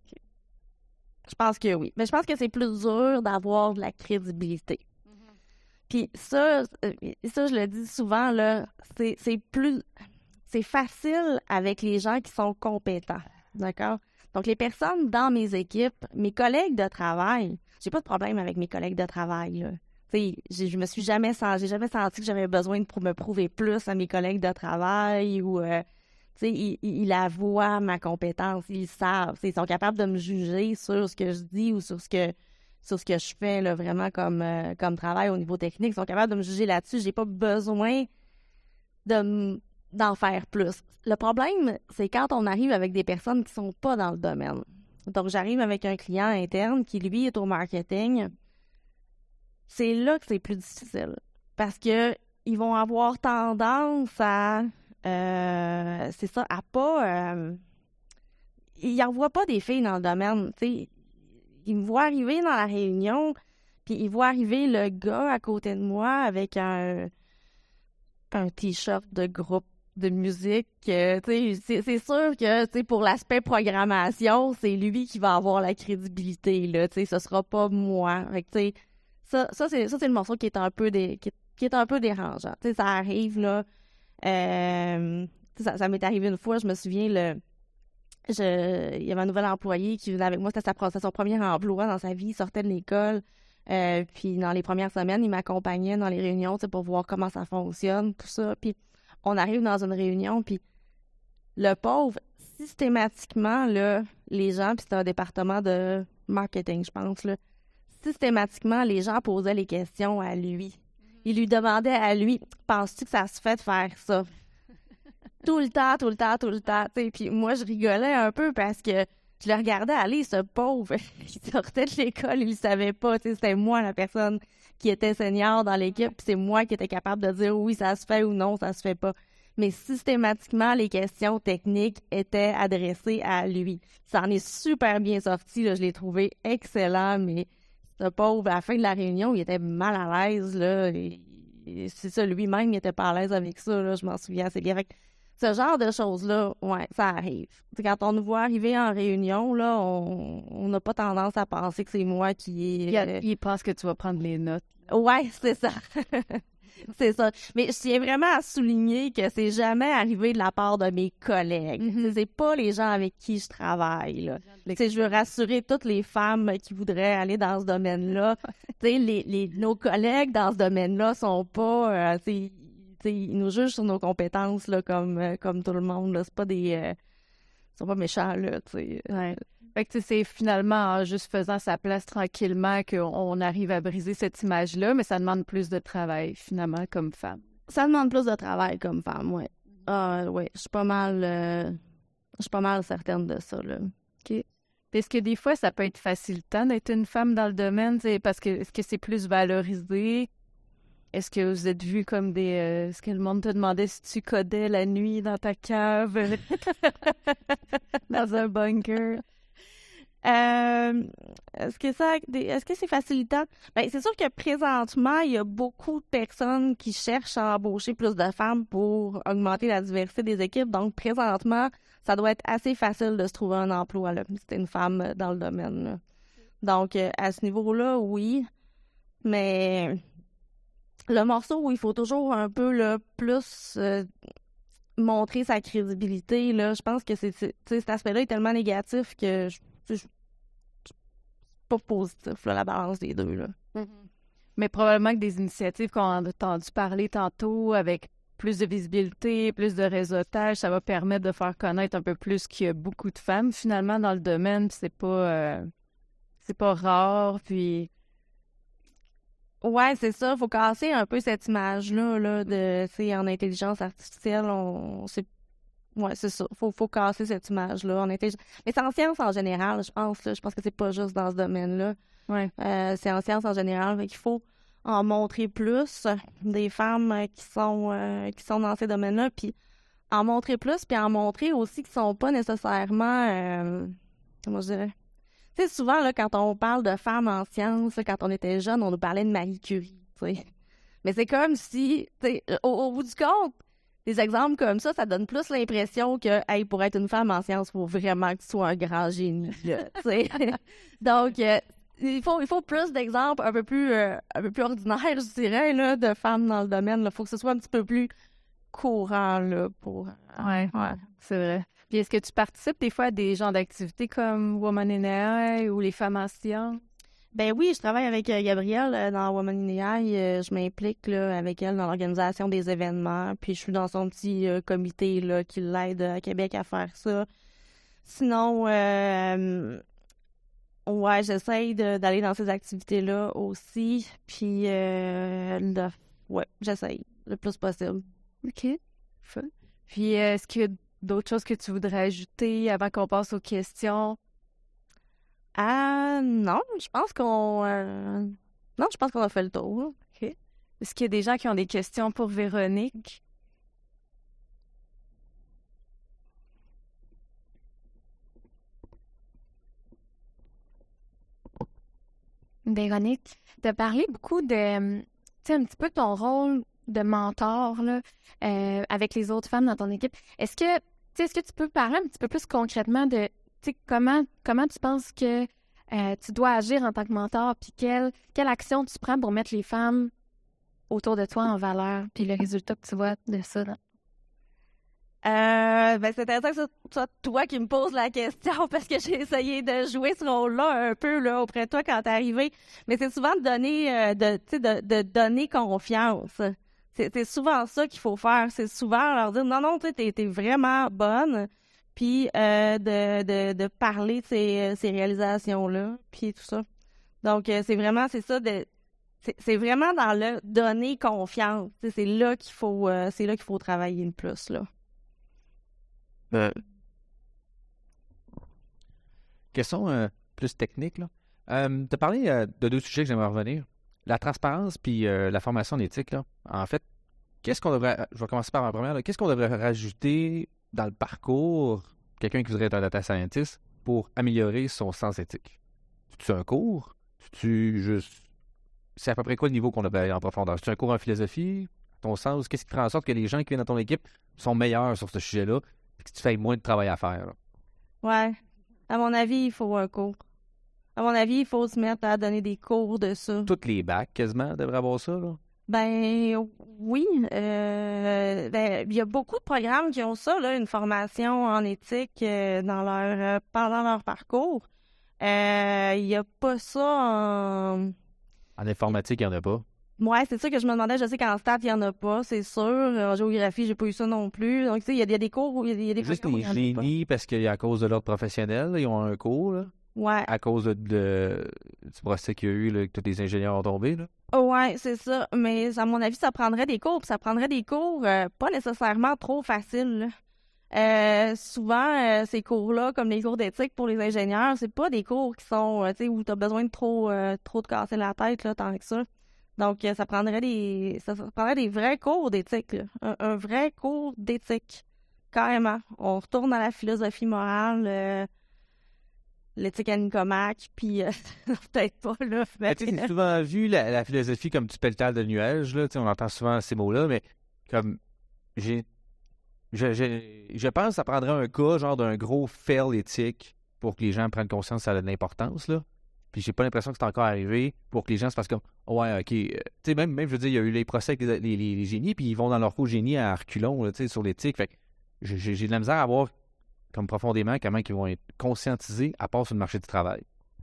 Je pense que oui. Mais je pense que c'est plus dur d'avoir de la crédibilité. Puis ça, euh, ça, je le dis souvent, là, c'est, c'est plus... C'est facile avec les gens qui sont compétents, d'accord? Donc, les personnes dans mes équipes, mes collègues de travail, j'ai pas de problème avec mes collègues de travail, là. Tu sais, j'ai- je me suis jamais senti, j'ai jamais senti que j'avais besoin de pour me prouver plus à mes collègues de travail ou... euh, tu sais, ils, ils, ils la voient, ma compétence, ils savent. Ils sont capables de me juger sur ce que je dis ou sur ce que sur ce que je fais, là, vraiment comme, euh, comme travail au niveau technique. Ils sont capables de me juger là-dessus. J'ai pas besoin de m- d'en faire plus. Le problème, c'est quand on arrive avec des personnes qui sont pas dans le domaine. Donc, j'arrive avec un client interne qui, lui, est au marketing. C'est là que c'est plus difficile. Parce que ils vont avoir tendance à... euh, c'est ça, à pas... euh, ils n'en voient pas des filles dans le domaine, tu sais. Ils me voient arriver dans la réunion, puis ils voient arriver le gars à côté de moi avec un, un t-shirt de groupe de musique. euh, tu sais, c'est, c'est sûr que, tu sais, pour l'aspect programmation, c'est lui qui va avoir la crédibilité, là, tu sais, ce sera pas moi. Fait que, tu sais, ça, ça, c'est, ça, c'est le morceau qui est un peu, dé, qui, est- qui est un peu dérangeant. Tu sais, ça arrive, là. Euh, tu sais, ça, ça m'est arrivé une fois, je me souviens, le... Je, il y avait un nouvel employé qui venait avec moi, c'était sa, c'était son premier emploi dans sa vie, il sortait de l'école, euh, puis dans les premières semaines, il m'accompagnait dans les réunions, tu sais, pour voir comment ça fonctionne, tout ça, puis on arrive dans une réunion, puis le pauvre, systématiquement, là, les gens, puis c'était un département de marketing, je pense, là, systématiquement, les gens posaient les questions à lui. Ils lui demandaient à lui, penses-tu que ça se fait de faire ça? tout le temps, tout le temps, tout le temps. T'sais. Puis moi, je rigolais un peu parce que je le regardais aller, ce pauvre. Il sortait de l'école, il le savait pas. T'sais, c'était moi la personne qui était senior dans l'équipe, puis c'est moi qui étais capable de dire oui, ça se fait ou non, ça se fait pas. Mais systématiquement, les questions techniques étaient adressées à lui. Ça en est super bien sorti, là. Je l'ai trouvé excellent, mais ce pauvre, à la fin de la réunion, il était mal à l'aise, là. Et, et c'est ça, lui-même, il était pas à l'aise avec ça, là. Je m'en souviens assez bien. Fait que ce genre de choses-là, ouais, ça arrive. T'sais, quand on nous voit arriver en réunion, là, on n'a pas tendance à penser que c'est moi qui Il, est... a- il pense que tu vas prendre les notes. Ouais, c'est ça. C'est ça. Mais je tiens vraiment à souligner que c'est jamais arrivé de la part de mes collègues. Mhm. C'est pas les gens avec qui je travaille, là. Tu sais, je veux rassurer toutes les femmes qui voudraient aller dans ce domaine-là. Tu sais, les, les, nos collègues dans ce domaine-là sont pas, euh, tu sais, tu sais, ils nous jugent sur nos compétences, là, comme, euh, comme tout le monde, là. C'est pas des, euh, ils sont pas méchants, là, tu sais. Ouais. Fait que tu sais, c'est finalement en juste faisant sa place tranquillement qu'on on arrive à briser cette image-là, mais ça demande plus de travail, finalement, comme femme. Ça demande plus de travail comme femme, ouais. Ah, ouais, je suis pas mal, euh, je suis pas mal certaine de ça, là. OK. Puis est-ce que des fois, ça peut être facilitant d'être une femme dans le domaine, tu sais, parce que est-ce que c'est plus valorisé? Est-ce que vous êtes vu comme des... euh, est-ce que le monde te demandait si tu codais la nuit dans ta cave, dans un bunker? Euh, est-ce que ça, est-ce que c'est facilitant? Ben, c'est sûr que présentement, il y a beaucoup de personnes qui cherchent à embaucher plus de femmes pour augmenter la diversité des équipes. Donc, présentement, ça doit être assez facile de se trouver un emploi, là, si t'es une femme dans le domaine, là. Donc, euh, à ce niveau-là, oui. Mais le morceau où il faut toujours un peu, là, plus euh, montrer sa crédibilité, là, je pense que c'est, c'est, tu sais, cet aspect-là est tellement négatif que je, je, je- pas positif, là, la balance des deux, là. Mais probablement que des initiatives qu'on a entendu parler tantôt avec plus de visibilité, plus de réseautage, ça va permettre de faire connaître un peu plus qu'il y a beaucoup de femmes finalement dans le domaine, puis c'est pas euh, c'est pas rare, puis Ouais, c'est ça. Faut casser un peu cette image-là, là, de, tu sais, en intelligence artificielle, on, c'est, ouais, c'est ça. Faut, faut casser cette image-là en intelligence. Mais c'est en sciences en général, je pense, là. Je pense que c'est pas juste dans ce domaine-là. ouais. Euh, c'est en sciences en général. Fait qu'il faut en montrer plus des femmes euh, qui sont, euh, qui sont dans ces domaines-là, puis en montrer plus, puis en montrer aussi qui sont pas nécessairement, euh, comment je dirais? Tu sais, souvent, là, quand on parle de femmes en sciences, là, quand on était jeune, on nous parlait de Marie Curie, tu sais. Mais c'est comme si, tu sais, au, au bout du compte, des exemples comme ça, ça donne plus l'impression que, hey, pour être une femme en sciences, il faut vraiment que tu sois un grand génie, là, tu sais. Donc, euh, il faut, il faut plus d'exemples un peu plus, euh, un peu plus ordinaires, je dirais, là, de femmes dans le domaine. Il faut que ce soit un petit peu plus courant, là, pour... Ouais, ouais. c'est vrai. Puis est-ce que tu participes des fois à des genres d'activités comme Women in A I ou les femmes en sciences? Ben oui, je travaille avec euh, Gabrielle euh, dans Women in A I. Euh, je m'implique là, avec elle dans l'organisation des événements. Puis je suis dans son petit euh, comité là, qui l'aide à Québec à faire ça. Sinon, euh, ouais, j'essaye de- d'aller dans ces activités-là aussi. Puis, euh, le- ouais, j'essaye le plus possible. OK. Fun. Puis euh, est-ce qu'il y a d'autres choses que tu voudrais ajouter avant qu'on passe aux questions? Ah non, je pense qu'on... euh, non, je pense qu'on a fait le tour. Là. OK. Est-ce qu'il y a des gens qui ont des questions pour Véronique? Véronique, tu as parlé beaucoup de, tu sais, un petit peu de ton rôle de mentor là, euh, avec les autres femmes dans ton équipe. Est-ce que, tu sais, est-ce que tu peux parler un petit peu plus concrètement de, tu sais, comment, comment tu penses que euh, tu dois agir en tant que mentor, puis quelle, quelle action tu prends pour mettre les femmes autour de toi en valeur, puis le résultat que tu vois de ça. Là. Euh, ben c'est intéressant que ce soit toi qui me poses la question parce que j'ai essayé de jouer ce rôle-là un peu là auprès de toi quand t'es arrivé. Mais c'est souvent de donner, euh, de, tu sais, de, de donner confiance. C'est, c'est souvent ça qu'il faut faire. C'est souvent leur dire non, non, tu sais, t'es, t'es vraiment bonne. Puis euh, de, de, de parler de ces, ces réalisations-là, puis tout ça. Donc, euh, c'est vraiment, c'est ça, de, c'est, c'est vraiment dans le donner confiance. Tu sais, c'est là qu'il faut, euh, c'est là qu'il faut travailler le plus, là. Euh, question euh, plus technique, là. Euh, tu as parlé euh, de deux sujets que j'aimerais revenir. La transparence puis euh, la formation en éthique, là. En fait, qu'est-ce qu'on devrait... Je vais commencer par ma première, là. Qu'est-ce qu'on devrait rajouter dans le parcours, quelqu'un qui voudrait être un data scientist, pour améliorer son sens éthique? C'est-tu un cours? C'est-tu juste... C'est à peu près quoi le niveau qu'on devrait aller en profondeur? C'est-tu un cours en philosophie? Ton sens? Qu'est-ce qui ferait en sorte que les gens qui viennent dans ton équipe sont meilleurs sur ce sujet-là et que tu fais moins de travail à faire? Là? Ouais. À mon avis, il faut un cours. À mon avis, il faut se mettre à donner des cours de ça. Toutes les bacs, quasiment, devraient avoir ça, là? Ben oui. Euh, ben, il y a beaucoup de programmes qui ont ça, là, une formation en éthique euh, dans leur euh, pendant leur parcours. Euh, Il y a pas ça en... En informatique, il n'y en a pas. Ouais, c'est ça que je me demandais. Je sais qu'en stats, il y en a pas, c'est sûr. En géographie, j'ai pas eu ça non plus. Donc, tu sais, il y, a- il y a des cours où il y a, il y a des Juste programmes où les il y en a pas. génies, parce qu'à cause de l'ordre professionnel, là, ils ont un cours, là, Ouais. à cause de, de- du procès qu'il y a eu, là, que tous les ingénieurs ont tombé. Là. Ouais, c'est ça. Mais à mon avis, ça prendrait des cours. Puis ça prendrait des cours euh, pas nécessairement trop faciles, là. Euh, souvent, euh, ces cours-là, comme les cours d'éthique pour les ingénieurs, c'est pas des cours qui sont, euh, tu sais, où t'as besoin de trop, euh, trop de casser la tête, là, tant que ça. Donc, euh, ça prendrait des, ça, ça prendrait des vrais cours d'éthique, là. Un, un vrai cours d'éthique. Carrément. On retourne à la philosophie morale, euh, l'éthique à Nicomaque, puis euh, peut-être pas, là. Mais Mais, tu sais, c'est souvent vu la, la philosophie comme du pelletage de nuages, là, tu sais, on entend souvent ces mots-là, mais comme j'ai je, je, je pense que ça prendrait un cas, genre d'un gros fail éthique pour que les gens prennent conscience que ça a de l'importance, là. Puis j'ai pas l'impression que c'est encore arrivé pour que les gens se fassent comme oh, ouais, ok. Euh, tu sais, même, même, je veux dire, il y a eu les procès avec les, les, les- les génies, puis ils vont dans leur cours génie à reculons, là, tu sais, sur l'éthique. Fait que j'ai j'ai- j'ai de la misère à voir comme profondément comment ils vont être conscientisés à part sur le marché du travail.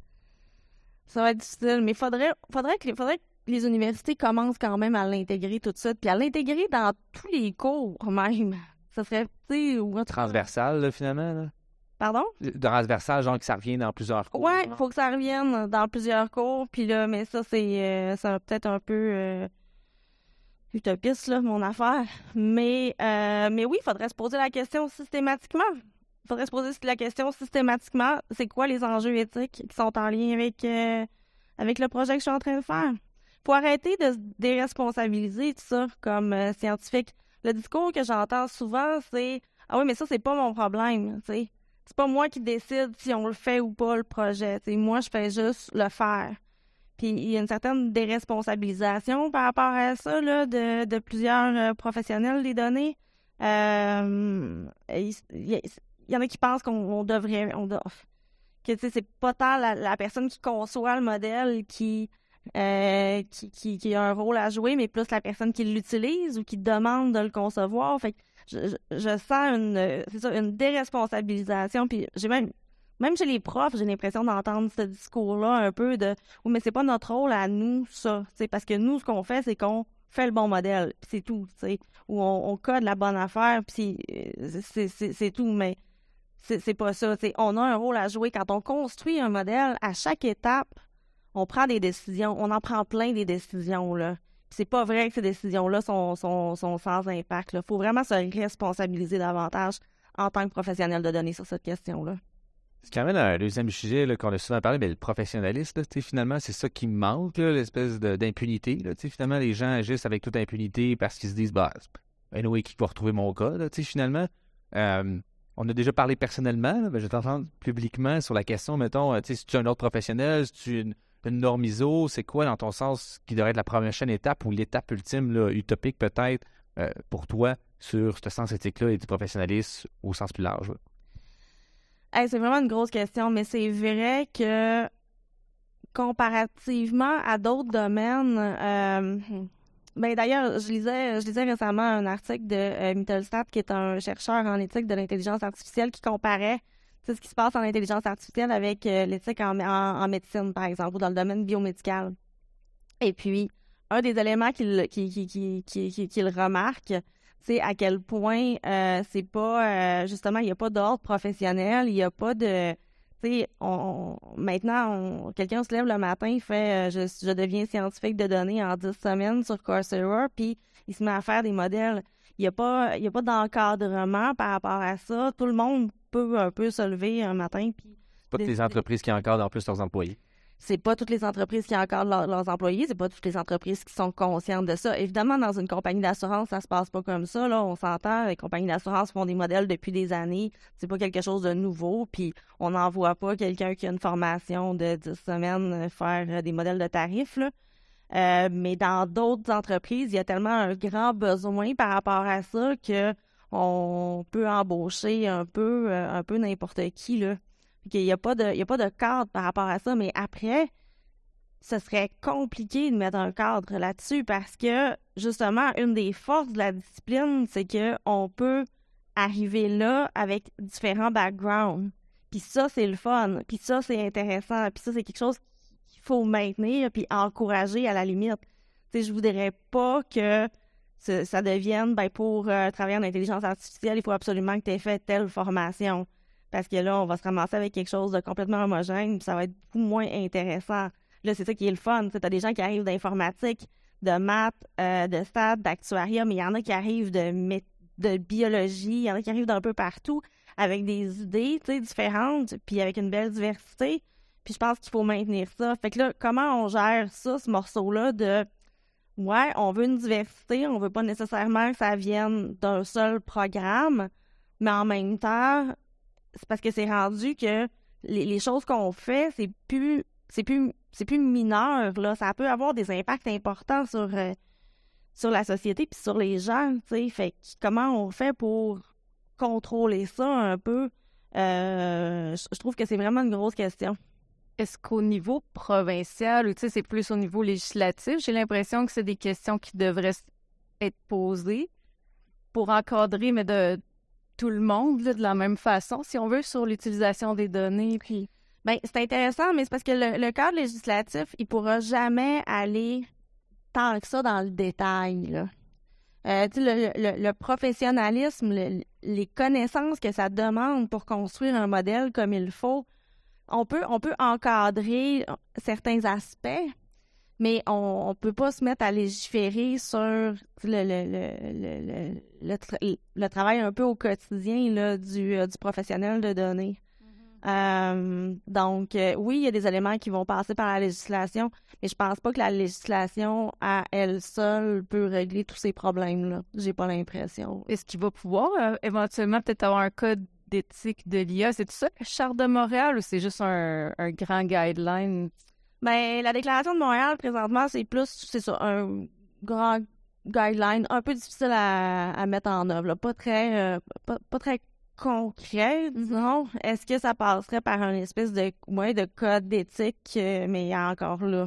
ça va être difficile, mais faudrait, faudrait que, les- faudrait que les universités commencent quand même à l'intégrer tout de suite, puis à l'intégrer dans tous les cours même. Ça serait, tu sais, ou en tout cas- Transversal, là, finalement. Là. Pardon? Transversal, genre que ça revient dans plusieurs cours. Ouais, genre. faut que ça revienne dans plusieurs cours, puis là, mais ça, c'est euh, ça va peut-être un peu euh, utopiste, là, mon affaire. Mais, euh, mais oui, il faudrait se poser la question systématiquement. Il faudrait se poser la question systématiquement, c'est quoi les enjeux éthiques qui sont en lien avec, euh, avec le projet que je suis en train de faire? Faut arrêter de se déresponsabiliser de ça comme euh, scientifique. Le discours que j'entends souvent, c'est « Ah oui, mais ça, c'est pas mon problème, tu sais. C'est pas moi qui décide si on le fait ou pas, le projet. Tu sais, moi, je fais juste le faire. » Puis il y a une certaine déresponsabilisation par rapport à ça, là, de, de plusieurs euh, professionnels des données. Euh, Il y, il y en a qui pensent qu'on on devrait... On doit, que, tu sais, c'est pas tant la, la personne qui conçoit le modèle qui... Euh, qui, qui, qui a un rôle à jouer, mais plus la personne qui l'utilise ou qui demande de le concevoir. Fait que je, je, je sens une, euh, c'est ça, une déresponsabilisation. Puis j'ai même, même chez les profs, j'ai l'impression d'entendre ce discours-là un peu de « Oui, mais c'est pas notre rôle à nous, ça. » Parce que nous, ce qu'on fait, c'est qu'on fait le bon modèle, puis c'est tout. T'sais. Ou on, on code la bonne affaire, puis c'est, c'est, c'est tout. Mais c'est, c'est pas ça. T'sais. On a un rôle à jouer. Quand on construit un modèle, à chaque étape, on prend des décisions, on en prend plein des décisions, là. C'est pas vrai que ces décisions-là sont, sont, sont sans impact, là. Faut vraiment se responsabiliser davantage en tant que professionnel de données sur cette question-là. C'est quand même un deuxième sujet là, qu'on a souvent parlé, mais le professionnalisme, là, tu sais, finalement, c'est ça qui me manque, là, l'espèce de, d'impunité. Là, tu sais, finalement, les gens agissent avec toute impunité parce qu'ils se disent, bah, anyway, qui va retrouver mon cas, là, tu sais, finalement. Euh, on a déjà parlé personnellement, là, mais je vais t'entendre publiquement sur la question, mettons, tu sais, si tu es un autre professionnel, si tu es une, une norme I S O, c'est quoi, dans ton sens, qui devrait être la prochaine étape ou l'étape ultime, là, utopique peut-être, euh, pour toi, sur ce sens éthique-là et du professionnalisme au sens plus large? Là. Hey, c'est vraiment une grosse question, mais c'est vrai que comparativement à d'autres domaines, euh, ben d'ailleurs, je lisais, je lisais récemment un article de euh, Mittelstadt, qui est un chercheur en éthique de l'intelligence artificielle, qui comparait ce qui se passe en intelligence artificielle avec euh, l'éthique en, en, en médecine, par exemple, ou dans le domaine biomédical. Et puis, un des éléments qu'il qui, qui, qui, qui, qui, qu'il remarque, c'est à quel point euh, c'est pas, euh, justement, il n'y a pas d'ordre professionnel, il n'y a pas de... Tu sais, on, on, maintenant, on, quelqu'un se lève le matin, il fait euh, je, je deviens scientifique de données en dix semaines sur Coursera, puis il se met à faire des modèles. il n'y a pas, il y a pas d'encadrement par rapport à ça. Tout le monde peut un peu se lever un matin puis Pas toutes les décider. entreprises qui encadrent en plus leurs employés. C'est pas toutes les entreprises qui encadrent leur- leurs employés, c'est pas toutes les entreprises qui sont conscientes de ça. Évidemment, dans une compagnie d'assurance, ça se passe pas comme ça, là, on s'entend, les compagnies d'assurance font des modèles depuis des années, c'est pas quelque chose de nouveau, puis on n'envoie pas quelqu'un qui a une formation de dix semaines euh, faire euh, des modèles de tarifs, là. Euh, mais dans d'autres entreprises, il y a tellement un grand besoin par rapport à ça que on peut embaucher un peu, euh, un peu n'importe qui, là. Il n'y a pas de, il y a pas de cadre par rapport à ça, mais après, ce serait compliqué de mettre un cadre là-dessus parce que, justement, une des forces de la discipline, c'est que on peut arriver là avec différents backgrounds. Puis ça, c'est le fun. Puis ça, c'est intéressant. Puis ça, c'est quelque chose qu'il faut maintenir puis encourager à la limite. Tu sais, je voudrais pas que ce- ça devienne, ben, pour euh, travailler en intelligence artificielle, il faut absolument que tu aies fait telle formation. Parce que là, on va se ramasser avec quelque chose de complètement homogène, puis ça va être beaucoup moins intéressant. Là, c'est ça qui est le fun. Tu as des gens qui arrivent d'informatique, de maths, euh, de stats, d'actuariat, mais il y en a qui arrivent de, mé- de biologie, il y en a qui arrivent d'un peu partout avec des idées, tu sais, différentes, puis avec une belle diversité. Puis je pense qu'il faut maintenir ça. Fait que là, comment on gère ça, ce morceau-là de ouais, on veut une diversité, on veut pas nécessairement que ça vienne d'un seul programme, mais en même temps, c'est parce que c'est rendu que les, les choses qu'on fait, c'est plus c'est plus c'est plus mineur, là. Ça peut avoir des impacts importants sur, euh, sur la société puis sur les gens, tu sais. Fait que comment on fait pour contrôler ça un peu? Euh, je je trouve que c'est vraiment une grosse question. Est-ce qu'au niveau provincial ou tu sais, c'est plus au niveau législatif, j'ai l'impression que c'est des questions qui devraient s- être posées pour encadrer, mais de tout le monde là, de la même façon, si on veut, sur l'utilisation des données. Puis, Ben, c'est intéressant, mais c'est parce que le, le cadre législatif, il pourra jamais aller tant que ça dans le détail, là. Euh, tu sais, le, le, le professionnalisme, le- les connaissances que ça demande pour construire un modèle comme il faut, on peut, on peut encadrer certains aspects, mais on ne peut pas se mettre à légiférer sur le, le, le, le, le, le, tra- le travail un peu au quotidien là, du, euh, du professionnel de données. Euh, donc, euh, oui, il y a des éléments qui vont passer par la législation, mais je pense pas que la législation, à elle seule, peut régler tous ces problèmes-là. J'ai pas l'impression. est-ce qu'il va pouvoir euh, éventuellement peut-être avoir un code d'éthique de l'I A? C'est ça la Charte de Montréal ou c'est juste un, un grand guideline? Ben, la Déclaration de Montréal, présentement, c'est plus, c'est ça, un grand guideline, un peu difficile à, à mettre en œuvre, là. Pas très, euh, pas, pas très concret, disons. Est-ce que ça passerait par un espèce de, ouais, de code d'éthique, euh, mais il y a encore là.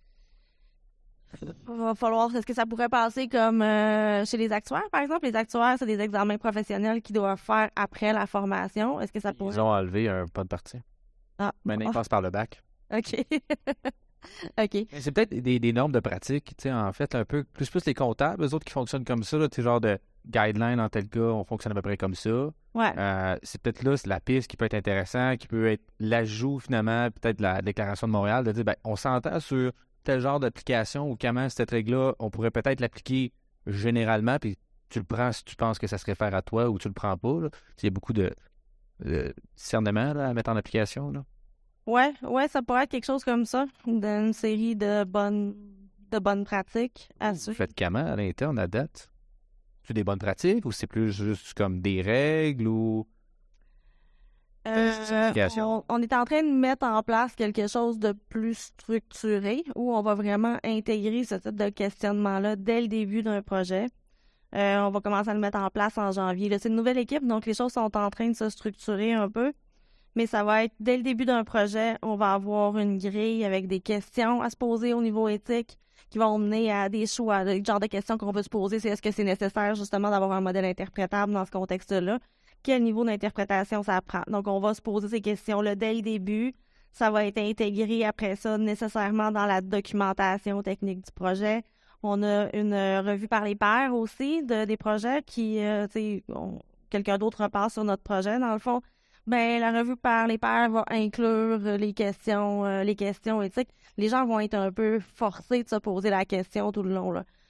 Va falloir, est-ce que ça pourrait passer comme euh, chez les actuaires, par exemple? Les actuaires, c'est des examens professionnels qu'ils doivent faire après la formation. Est-ce que ça pourrait... Ils ont enlevé un pas de partie. Ah, Maintenant, ils ah, passent par le bac. OK. OK. Mais c'est peut-être des, des normes de pratique, tu sais, en fait, un peu, plus plus les comptables, eux autres qui fonctionnent comme ça, là, tu sais, genre de guideline en tel cas, on fonctionne à peu près comme ça. Ouais. Euh, c'est peut-être là, c'est la piste qui peut être intéressant, qui peut être l'ajout, finalement, peut-être de la Déclaration de Montréal, de dire, ben, on s'entend sur tel genre d'application ou comment cette règle-là, on pourrait peut-être l'appliquer généralement, puis tu le prends si tu penses que ça se réfère à toi ou tu le prends pas, là. Il y a beaucoup de, de discernement là, à mettre en application, là. Ouais, ouais, ça pourrait être quelque chose comme ça, d'une série de bonnes, de bonnes pratiques à Vous suivre. faites comment à l'interne à date? C'est des bonnes pratiques ou c'est plus juste comme des règles ou... Euh, Justification. on, on est en train de mettre en place quelque chose de plus structuré où on va vraiment intégrer ce type de questionnement-là dès le début d'un projet. Euh, on va commencer à le mettre en place en janvier. Là, c'est une nouvelle équipe, donc les choses sont en train de se structurer un peu. Mais ça va être dès le début d'un projet, on va avoir une grille avec des questions à se poser au niveau éthique qui vont mener à des choix. Le genre de questions qu'on veut se poser, c'est est-ce que c'est nécessaire justement d'avoir un modèle interprétable dans ce contexte-là? Quel niveau d'interprétation ça prend? Donc, on va se poser ces questions-là dès le début. Ça va être intégré après ça nécessairement dans la documentation technique du projet. On a une euh, revue par les pairs aussi de, des projets qui, euh, tu sais, on- quelqu'un d'autre repasse sur notre projet dans le fond. Ben, la revue par les pairs va inclure euh, les questions, euh, les questions éthiques. Les gens vont être un peu forcés de se poser la question tout le long, là.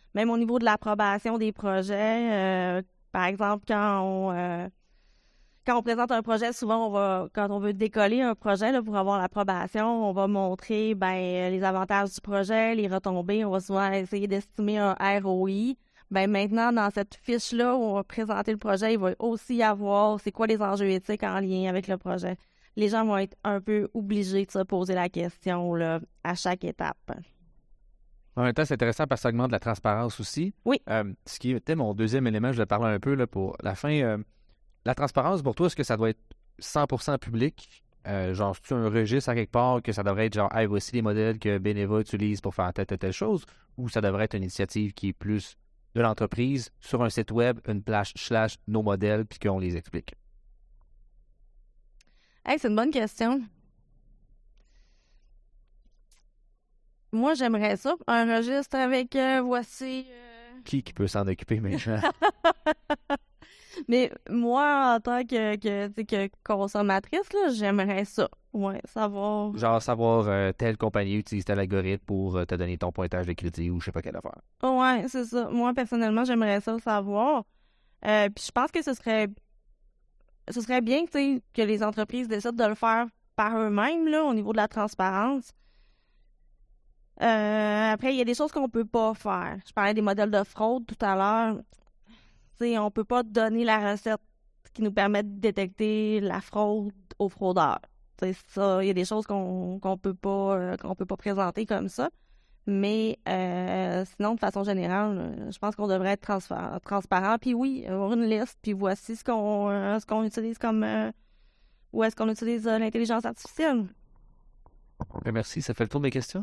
Même au niveau de l'approbation des projets, euh, par exemple, quand on euh, quand on présente un projet, souvent on va, quand on veut décoller un projet là, pour avoir l'approbation, on va montrer ben les avantages du projet, les retombées. On va souvent essayer d'estimer un R O I. Ben maintenant, dans cette fiche-là où on va présenter le projet, il va aussi y avoir c'est quoi les enjeux éthiques en lien avec le projet. Les gens vont être un peu obligés de se poser la question là, à chaque étape. En même temps, c'est intéressant parce que ça augmente la transparence aussi. Oui. Euh, ce qui était mon deuxième élément, je vais parler un peu là, pour la fin. Euh, la transparence, pour toi, est-ce que ça doit être cent pour cent public? Euh, genre, c'est-tu un registre à quelque part que ça devrait être genre, hey, voici les modèles que Beneva utilise pour faire telle, telle, telle chose? Ou ça devrait être une initiative qui est plus de l'entreprise sur un site web, une plage slash nos modèles, puis qu'on les explique? Hey, c'est une bonne question. Moi, j'aimerais ça. Un registre avec euh, voici. Euh... Qui qui peut s'en occuper maintenant? Mais moi, en tant que, que, tu sais, que consommatrice, là, j'aimerais ça. Ouais, savoir. Genre savoir euh, telle compagnie utilise tel algorithme pour euh, te donner ton pointage de crédit ou je sais pas quelle affaire. Ouais, c'est ça. Moi, personnellement, j'aimerais ça le savoir. Euh, puis je pense que ce serait ce serait bien, tu sais, que les entreprises décident de le faire par eux-mêmes, là, au niveau de la transparence. Euh, après, il y a des choses qu'on peut pas faire. Je parlais des modèles de fraude tout à l'heure. Tu sais, on peut pas donner la recette qui nous permet de détecter la fraude aux fraudeurs. Tu sais, ça, il y a des choses qu'on qu'on peut pas euh, qu'on peut pas présenter comme ça. Mais euh, sinon, de façon générale, euh, je pense qu'on devrait être transpa- transparent. Puis oui, avoir une liste, puis voici ce qu'on euh, ce qu'on utilise comme euh, où est-ce qu'on utilise euh, l'intelligence artificielle. Ben, merci, ça fait le tour de mes questions.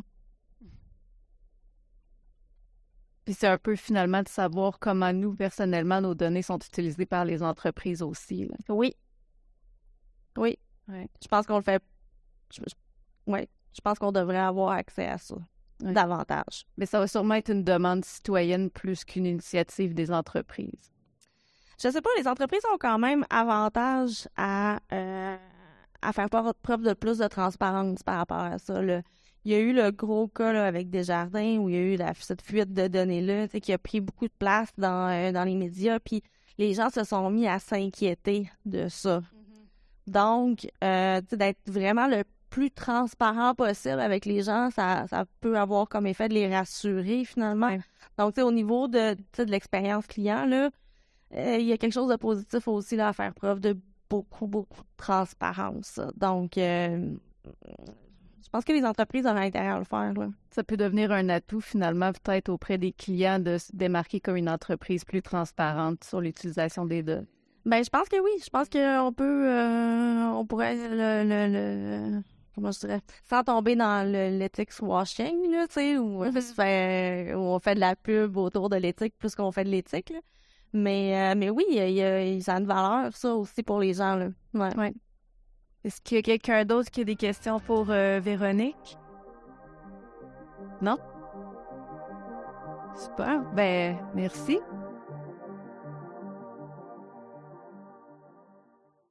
Puis c'est un peu finalement de savoir comment nous, personnellement, nos données sont utilisées par les entreprises aussi. Là. Oui. Oui. Ouais. Je pense qu'on le fait. Je, je- oui. Je pense qu'on devrait avoir accès à ça. Ouais. Davantage. Mais ça va sûrement être une demande citoyenne plus qu'une initiative des entreprises. Je sais pas, les entreprises ont quand même avantage à, euh, à faire preuve preuve de plus de transparence par rapport à ça. Là. Il y a eu le gros cas là, avec Desjardins où il y a eu la, cette fuite de données-là tu sais, qui a pris beaucoup de place dans, euh, dans les médias, puis les gens se sont mis à s'inquiéter de ça. Donc, euh, tu sais, d'être vraiment le plus transparent possible avec les gens, ça, ça peut avoir comme effet de les rassurer finalement. Ouais. Donc, tu sais, au niveau de, tu sais, de l'expérience client, là, euh, il y a quelque chose de positif aussi là, à faire preuve de beaucoup, beaucoup de transparence. Donc, euh, je pense que les entreprises auraient intérêt à le faire. Là. Ça peut devenir un atout finalement peut-être auprès des clients de se démarquer comme une entreprise plus transparente sur l'utilisation des données. Ben, je pense que oui. Je pense qu'on peut, euh, on pourrait le, le, le- comment je dirais, sans tomber dans le l'ethics washing, là, tu sais, où, on fait, où on fait de la pub autour de l'éthique plus qu'on fait de l'éthique, là. Mais, euh, mais oui, il y a, ça a une valeur, ça aussi, pour les gens, là. Ouais. Ouais. Est-ce qu'il y a quelqu'un d'autre qui a des questions pour euh, Véronique? Non? Super. Ben, merci.